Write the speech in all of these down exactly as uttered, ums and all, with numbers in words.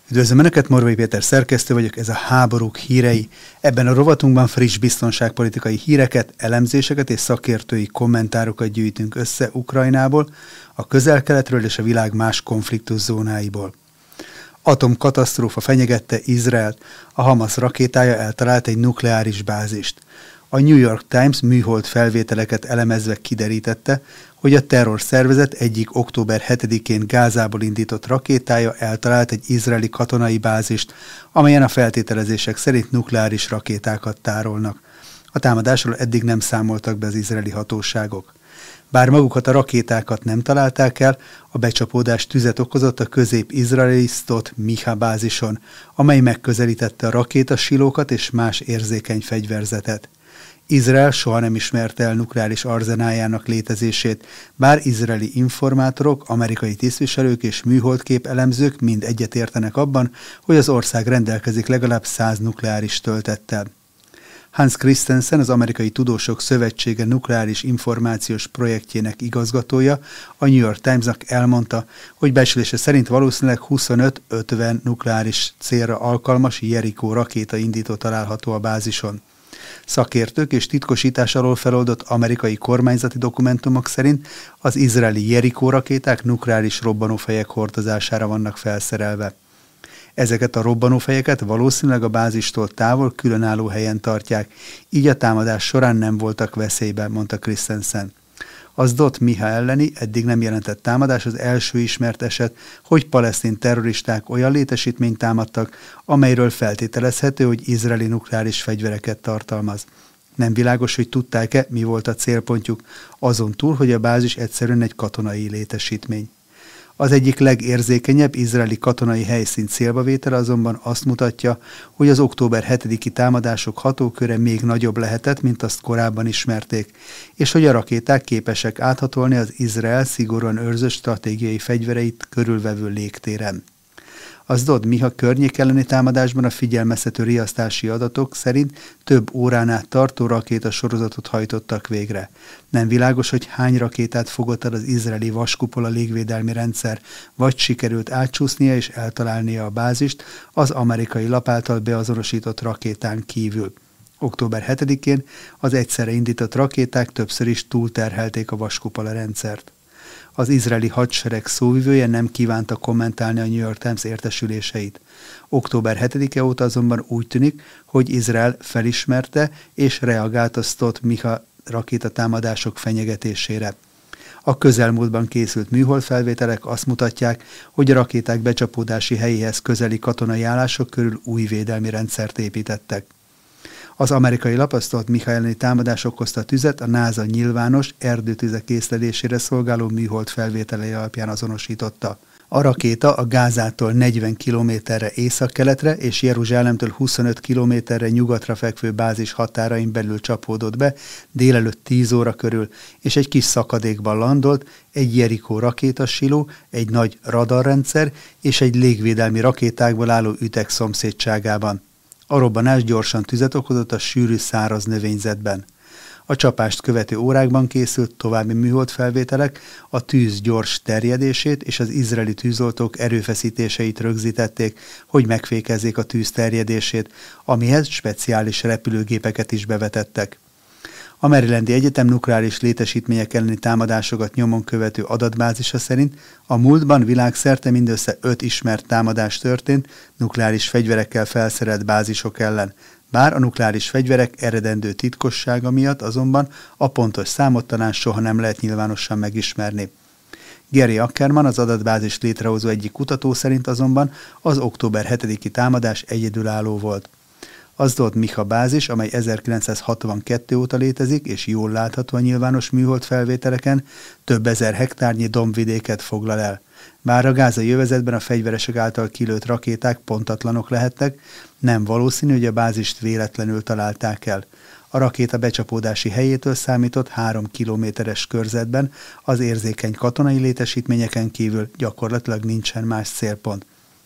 Üdvözlöm Önöket, Morvai Péter szerkesztő vagyok, ez a Háborúk hírei. Ebben a rovatunkban friss biztonságpolitikai híreket, elemzéseket és szakértői kommentárokat gyűjtünk össze Ukrajnából, a Közel-Keletről és a világ más konfliktuszónáiból. Atomkatasztrófa fenyegette Izraelt, a Hamas rakétája eltalált egy nukleáris bázist. A New York Times műhold felvételeket elemezve kiderítette, hogy a terrorszervezet egyik október hetedikén Gázából indított rakétája eltalált egy izraeli katonai bázist, amelyen a feltételezések szerint nukleáris rakétákat tárolnak. A támadásról eddig nem számoltak be az izraeli hatóságok. Bár magukat a rakétákat nem találták el, a becsapódás tüzet okozott a közép-izraeli Sdot Miha bázison, amely megközelítette a rakétasilókat és más érzékeny fegyverzetet. Izrael soha nem ismerte el nukleáris arzenájának létezését, bár izraeli informátorok, amerikai tisztviselők és műholdkép elemzők mind egyetértenek abban, hogy az ország rendelkezik legalább száz nukleáris töltettel. Hans Christensen, az Amerikai Tudósok Szövetsége nukleáris információs projektjének igazgatója, a New York Timesnak elmondta, hogy becslése szerint valószínűleg huszonöt-ötven nukleáris célra alkalmas Jerikó rakéta indító található a bázison. Szakértők és titkosítás alól feloldott amerikai kormányzati dokumentumok szerint az izraeli Jerikó rakéták nukleáris robbanófejek hordozására vannak felszerelve. Ezeket a robbanófejeket valószínűleg a bázistól távol különálló helyen tartják, így a támadás során nem voltak veszélyben, mondta Christensen. A Sdot Miha elleni eddig nem jelentett támadás az első ismert eset, hogy palesztin terroristák olyan létesítményt támadtak, amelyről feltételezhető, hogy izraeli nukleáris fegyvereket tartalmaz. Nem világos, hogy tudták-e, mi volt a célpontjuk, azon túl, hogy a bázis egyszerűen egy katonai létesítmény. Az egyik legérzékenyebb izraeli katonai helyszín célbavétele azonban azt mutatja, hogy az október hetediki támadások hatóköre még nagyobb lehetett, mint azt korábban ismerték, és hogy a rakéták képesek áthatolni az Izrael szigorúan őrzött stratégiai fegyvereit körülvevő légtéren. A Sdot Miha környék elleni támadásban a figyelmeztető riasztási adatok szerint több órán át tartó rakéta sorozatot hajtottak végre. Nem világos, hogy hány rakétát fogott el az izraeli vaskupola légvédelmi rendszer, vagy sikerült átcsúsznia és eltalálnia a bázist az amerikai lap által beazonosított rakétán kívül. október hetedikén az egyszerre indított rakéták többször is túlterhelték a vaskupola rendszert. Az izraeli hadsereg szóvivője nem kívánta kommentálni a New York Times értesüléseit. október hetedike óta azonban úgy tűnik, hogy Izrael felismerte és reagált a Sdot Miha rakétatámadások fenyegetésére. A közelmúltban készült műholdfelvételek azt mutatják, hogy a rakéták becsapódási helyéhez közeli katonai állások körül új védelmi rendszert építettek. Az amerikai lap a Sdot Miha elleni támadás okozta tüzet a NASA nyilvános erdőtüzek észlelésére szolgáló műhold felvételei alapján azonosította. A rakéta a Gázától negyven kilométerre északkeletre és Jeruzsálemtől huszonöt kilométerre nyugatra fekvő bázis határain belül csapódott be délelőtt tíz óra körül, és egy kis szakadékban landolt egy Jerikó rakétasiló, egy nagy radarrendszer és egy légvédelmi rakétákból álló üteg szomszédságában. A robbanás gyorsan tüzet okozott a sűrű száraz növényzetben. A csapást követő órákban készült további műholdfelvételek a tűz gyors terjedését és az izraeli tűzoltók erőfeszítéseit rögzítették, hogy megfékezzék a tűz terjedését, amihez speciális repülőgépeket is bevetettek. A Marylandi Egyetem nukleáris létesítmények elleni támadásokat nyomon követő adatbázisa szerint a múltban világszerte mindössze öt ismert támadás történt nukleáris fegyverekkel felszerelt bázisok ellen, bár a nukleáris fegyverek eredendő titkossága miatt azonban a pontos számot talán soha nem lehet nyilvánosan megismerni. Gary Ackerman, az adatbázis létrehozó egyik kutató szerint azonban az október hetediki támadás egyedülálló volt. A Sdot Miha bázis, amely ezerkilencszázhatvankettő óta létezik és jól látható a nyilvános műhold felvételeken, több ezer hektárnyi dombvidéket foglal el. Bár a gázai övezetben a fegyveresek által kilőtt rakéták pontatlanok lehettek, nem valószínű, hogy a bázist véletlenül találták el. A rakéta becsapódási helyétől számított három kilométeres körzetben, az érzékeny katonai létesítményeken kívül gyakorlatilag nincsen más célpont.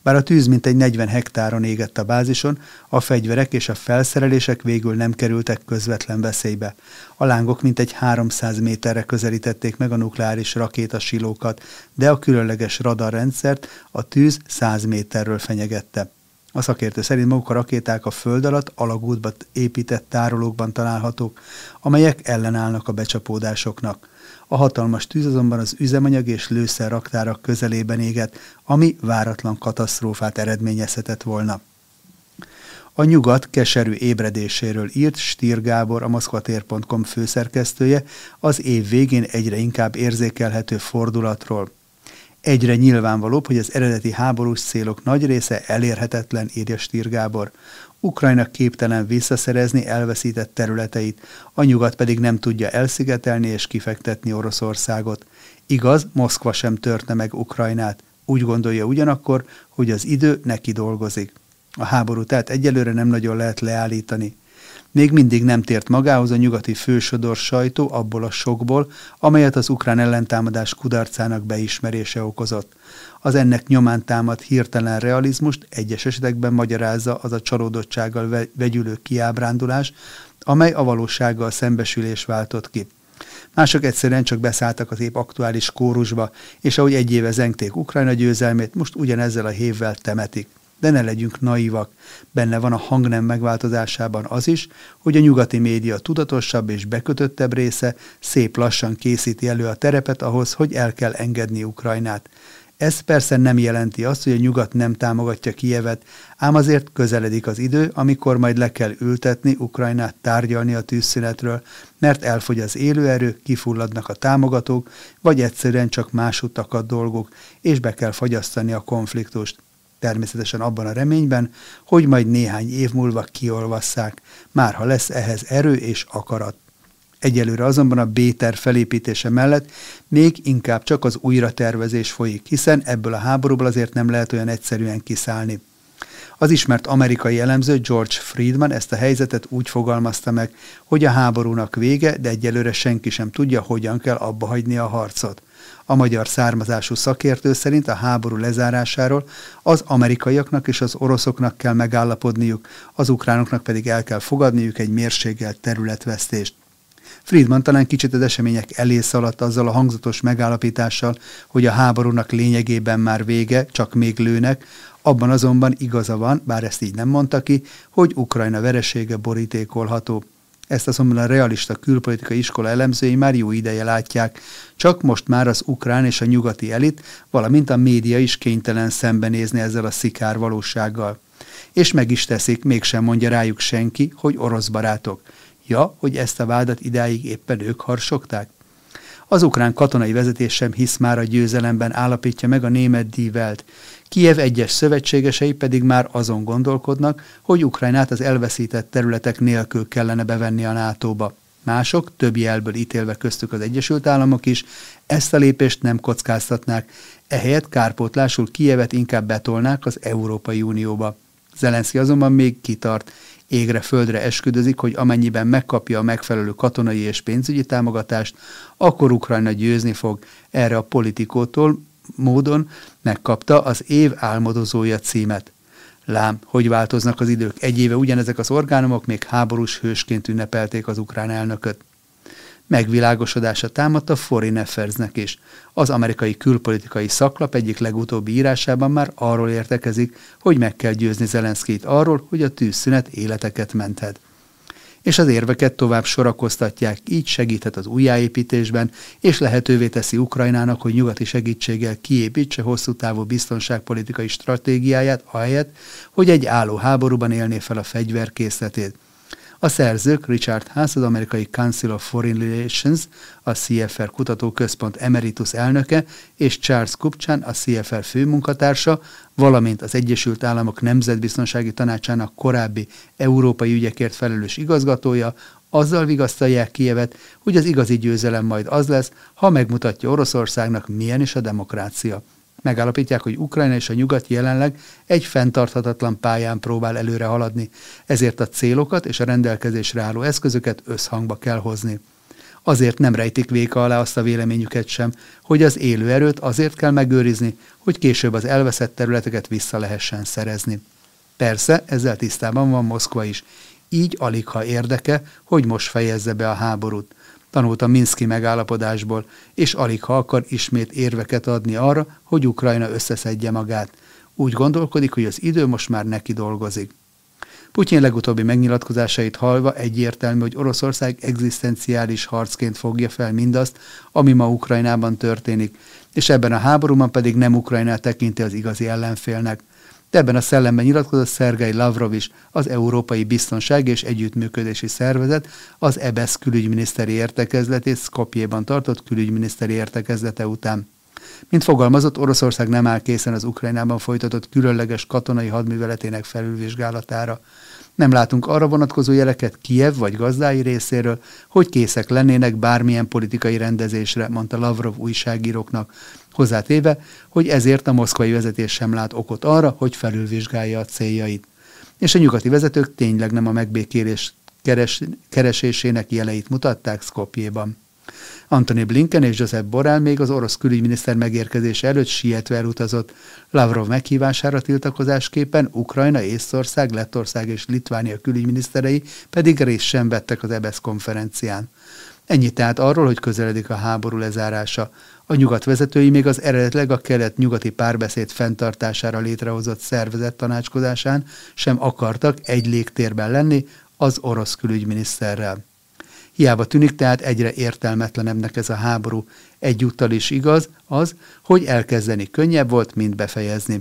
Bár a tűz mintegy negyven hektáron égett a bázison, a fegyverek és a felszerelések végül nem kerültek közvetlen veszélybe. A lángok mintegy háromszáz méterre közelítették meg a nukleáris rakétasilókat, de a különleges radarrendszert a tűz száz méterről fenyegette. A szakértő szerint maguk a rakéták a föld alatt alagútba épített tárolókban találhatók, amelyek ellenállnak a becsapódásoknak. A hatalmas tűz azonban az üzemanyag és lőszer raktárak közelében égett, ami váratlan katasztrófát eredményezhetett volna. A nyugat keserű ébredéséről írt Stier Gábor, a moszkvatér pont com főszerkesztője, az év végén egyre inkább érzékelhető fordulatról. Egyre nyilvánvalóbb, hogy az eredeti háborús célok nagy része elérhetetlen, írja Stier Gábor. Ukrajna képtelen visszaszerezni elveszített területeit, a nyugat pedig nem tudja elszigetelni és kifektetni Oroszországot. Igaz, Moszkva sem törte meg Ukrajnát. Úgy gondolja ugyanakkor, hogy az idő neki dolgozik. A háború tehát egyelőre nem nagyon lehet leállítani. Még mindig nem tért magához a nyugati fősodor sajtó abból a sokból, amelyet az ukrán ellentámadás kudarcának beismerése okozott. Az ennek nyomán támadt hirtelen realizmust egyes esetekben magyarázza az a csalódottsággal vegyülő kiábrándulás, amely a valósággal szembesülés váltott ki. Mások egyszerűen csak beszálltak az épp aktuális kórusba, és ahogy egy éve zengték Ukrajna győzelmét, most ugyanezzel a hévvel temetik. De ne legyünk naívak. Benne van a hangnem megváltozásában az is, hogy a nyugati média tudatosabb és bekötöttebb része szép lassan készíti elő a terepet ahhoz, hogy el kell engedni Ukrajnát. Ez persze nem jelenti azt, hogy a nyugat nem támogatja Kijevet, ám azért közeledik az idő, amikor majd le kell ültetni Ukrajnát tárgyalni a tűzszünetről, mert elfogy az élőerő, kifulladnak a támogatók, vagy egyszerűen csak másút akad dolgok, és be kell fagyasztani a konfliktust. Természetesen abban a reményben, hogy majd néhány év múlva kiolvasszák, már ha lesz ehhez erő és akarat. Egyelőre azonban a B-terv felépítése mellett még inkább csak az újratervezés folyik, hiszen ebből a háborúból azért nem lehet olyan egyszerűen kiszállni. Az ismert amerikai elemző George Friedman ezt a helyzetet úgy fogalmazta meg, hogy a háborúnak vége, de egyelőre senki sem tudja, hogyan kell abba hagyni a harcot. A magyar származású szakértő szerint a háború lezárásáról az amerikaiaknak és az oroszoknak kell megállapodniuk, az ukránoknak pedig el kell fogadniuk egy mérsékelt területvesztést. Friedman talán kicsit az események elé szaladt azzal a hangzatos megállapítással, hogy a háborúnak lényegében már vége, csak még lőnek, abban azonban igaza van, bár ezt így nem mondta ki, hogy Ukrajna veresége borítékolható. Ezt azonban a realista külpolitikai iskola elemzői már jó ideje látják, csak most már az ukrán és a nyugati elit, valamint a média is kénytelen szembenézni ezzel a szikár valósággal. És meg is teszik, mégsem mondja rájuk senki, hogy orosz barátok. Ja, hogy ezt a vádat idáig éppen ők harsogták? Az ukrán katonai vezetés sem hisz már a győzelemben, állapítja meg a német Die Welt. Kijev egyes szövetségesei pedig már azon gondolkodnak, hogy Ukrajnát az elveszített területek nélkül kellene bevenni a nátóba. Mások, több jelből ítélve köztük az Egyesült Államok is, ezt a lépést nem kockáztatnák, ehelyett kárpótlásul Kijevet inkább betolnák az Európai Unióba. Zelenszky azonban még kitart, égre földre esküdözik, hogy amennyiben megkapja a megfelelő katonai és pénzügyi támogatást, akkor Ukrajna győzni fog. Erre a Politikótól módon megkapta az év álmodozója címet. Lám, hogy változnak az idők. Egy éve ugyanezek az orgánumok még háborús hősként ünnepelték az ukrán elnököt. Megvilágosodása támadt a Foreign Affairs-nek is. Az amerikai külpolitikai szaklap egyik legutóbbi írásában már arról értekezik, hogy meg kell győzni Zelenszkyt arról, hogy a tűzszünet életeket menthet. És az érveket tovább sorakoztatják, így segíthet az újjáépítésben, és lehetővé teszi Ukrajnának, hogy nyugati segítséggel kiépítse hosszú távú biztonságpolitikai stratégiáját, ahelyett, hogy egy álló háborúban élné fel a fegyverkészletét. A szerzők Richard Haas, az amerikai Council of Foreign Relations, a C F R kutatóközpont emeritus elnöke, és Charles Kupchan, a C F R főmunkatársa, valamint az Egyesült Államok Nemzetbiztonsági Tanácsának korábbi európai ügyekért felelős igazgatója azzal vigasztalják Kijevet, hogy az igazi győzelem majd az lesz, ha megmutatja Oroszországnak, milyen is a demokrácia. Megállapítják, hogy Ukrajna és a nyugat jelenleg egy fenntarthatatlan pályán próbál előre haladni, ezért a célokat és a rendelkezésre álló eszközöket összhangba kell hozni. Azért nem rejtik véka alá azt a véleményüket sem, hogy az élő erőt azért kell megőrizni, hogy később az elveszett területeket vissza lehessen szerezni. Persze, ezzel tisztában van Moszkva is. Így aligha érdeke, hogy most fejezze be a háborút. Tanult a minszki megállapodásból, és aligha akar ismét érveket adni arra, hogy Ukrajna összeszedje magát. Úgy gondolkodik, hogy az idő most már neki dolgozik. Putyin legutóbbi megnyilatkozásait hallva egyértelmű, hogy Oroszország egzisztenciális harcként fogja fel mindazt, ami ma Ukrajnában történik, és ebben a háborúban pedig nem Ukrajnát tekinti az igazi ellenfélnek. De ebben a szellemben nyilatkozott Szergej Lavrov is, az Európai Biztonsági és Együttműködési Szervezet, az é bé e es külügyminiszteri értekezletét Szkopjéban tartott külügyminiszteri értekezlete után. Mint fogalmazott, Oroszország nem áll készen az Ukrajnában folytatott különleges katonai hadműveletének felülvizsgálatára. Nem látunk arra vonatkozó jeleket Kijev vagy gazdái részéről, hogy készek lennének bármilyen politikai rendezésre, mondta Lavrov újságíróknak, hozzátéve, hogy ezért a moszkvai vezetés sem lát okot arra, hogy felülvizsgálja a céljait. És a nyugati vezetők tényleg nem a megbékélés keres, keresésének jeleit mutatták Szkopjéban. Antony Blinken és Josep Borrell még az orosz külügyminiszter megérkezése előtt sietve elutazott. Lavrov meghívására tiltakozásképpen Ukrajna, Észtország, Lettország és Litvánia külügyminiszterei pedig részt sem vettek az é bé e es konferencián. Ennyi tehát arról, hogy közeledik a háború lezárása. A nyugat vezetői még az eredetileg a kelet-nyugati párbeszéd fenntartására létrehozott szervezet tanácskozásán sem akartak egy légtérben lenni az orosz külügyminiszterrel. Hiába tűnik tehát egyre értelmetlenebbnek ez a háború. Egyúttal is igaz az, hogy elkezdeni könnyebb volt, mint befejezni.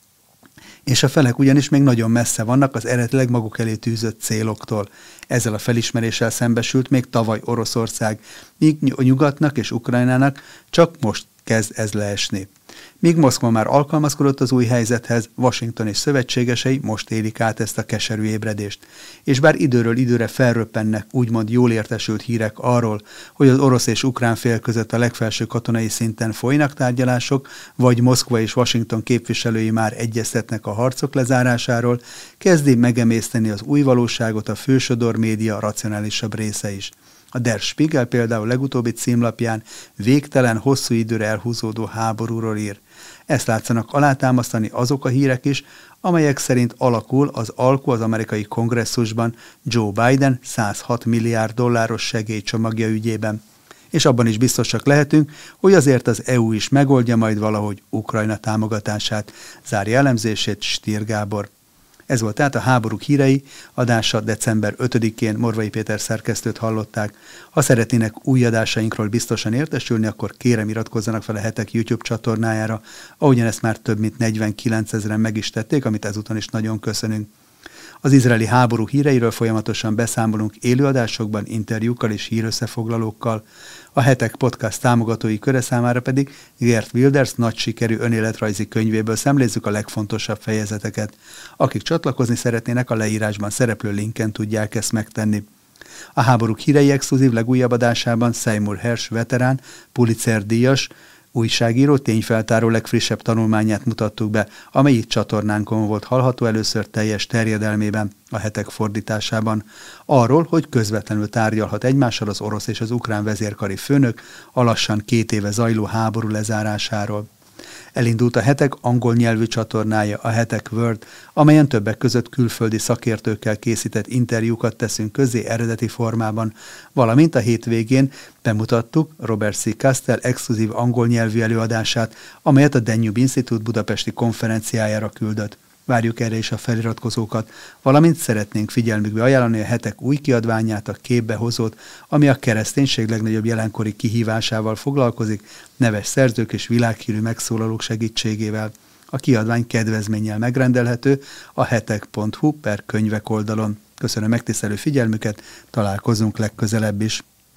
És a felek ugyanis még nagyon messze vannak az eredetileg maguk elé tűzött céloktól. Ezzel a felismeréssel szembesült még tavaly Oroszország, míg a nyugatnak és Ukrajnának csak most kezd ez leesni. Míg Moszkva már alkalmazkodott az új helyzethez, Washington és szövetségesei most élik át ezt a keserű ébredést. És bár időről időre felröppennek úgymond jól értesült hírek arról, hogy az orosz és ukrán fél között a legfelső katonai szinten folynak tárgyalások, vagy Moszkva és Washington képviselői már egyeztetnek a harcok lezárásáról, kezdi megemészteni az új valóságot a fősodor média racionálisabb része is. A Der Spiegel például legutóbbi címlapján végtelen, hosszú időre elhúzódó háborúról ír. Ezt látszanak alátámasztani azok a hírek is, amelyek szerint alakul az alku az amerikai kongresszusban Joe Biden százhat milliárd dolláros segélycsomagja ügyében. És abban is biztosak lehetünk, hogy azért az é u is megoldja majd valahogy Ukrajna támogatását, zárja elemzését Stier Gábor. Ez volt tehát a Háborúk hírei, adása december ötödikén Morvai Péter szerkesztőt hallották. Ha szeretnének új adásainkról biztosan értesülni, akkor kérem iratkozzanak fel a Hetek YouTube csatornájára, ahogyan ezt már több mint negyvenkilencezren meg is tették, amit ezúton is nagyon köszönünk. Az izraeli háború híreiről folyamatosan beszámolunk élőadásokban, interjúkkal és hírösszefoglalókkal. A Hetek podcast támogatói köre számára pedig Geert Wilders nagy sikerű önéletrajzi könyvéből szemlézzük a legfontosabb fejezeteket. Akik csatlakozni szeretnének, a leírásban szereplő linken tudják ezt megtenni. A Háborúk hírei exkluzív legújabb adásában Seymour Hersh veterán, Pulitzer-díjas, újságíró tényfeltáró legfrissebb tanulmányát mutattuk be, amely itt csatornánkon volt hallható először teljes terjedelmében, a Hetek fordításában. Arról, hogy közvetlenül tárgyalhat egymással az orosz és az ukrán vezérkari főnök a lassan két éve zajló háború lezárásáról. Elindult a Hetek angol nyelvű csatornája, a Hetek World, amelyen többek között külföldi szakértőkkel készített interjúkat teszünk közzé eredeti formában, valamint a hétvégén bemutattuk Robert C. Castell exkluzív angol nyelvű előadását, amelyet a Danube Institute budapesti konferenciájára küldött. Várjuk erre is a feliratkozókat, valamint szeretnénk figyelmükbe ajánlani a Hetek új kiadványát, a Képbehozót, ami a kereszténység legnagyobb jelenkori kihívásával foglalkozik, neves szerzők és világhírű megszólalók segítségével. A kiadvány kedvezménnyel megrendelhető a hetek pont hu per könyvek oldalon. Köszönöm megtisztelő figyelmüket, találkozunk legközelebb is.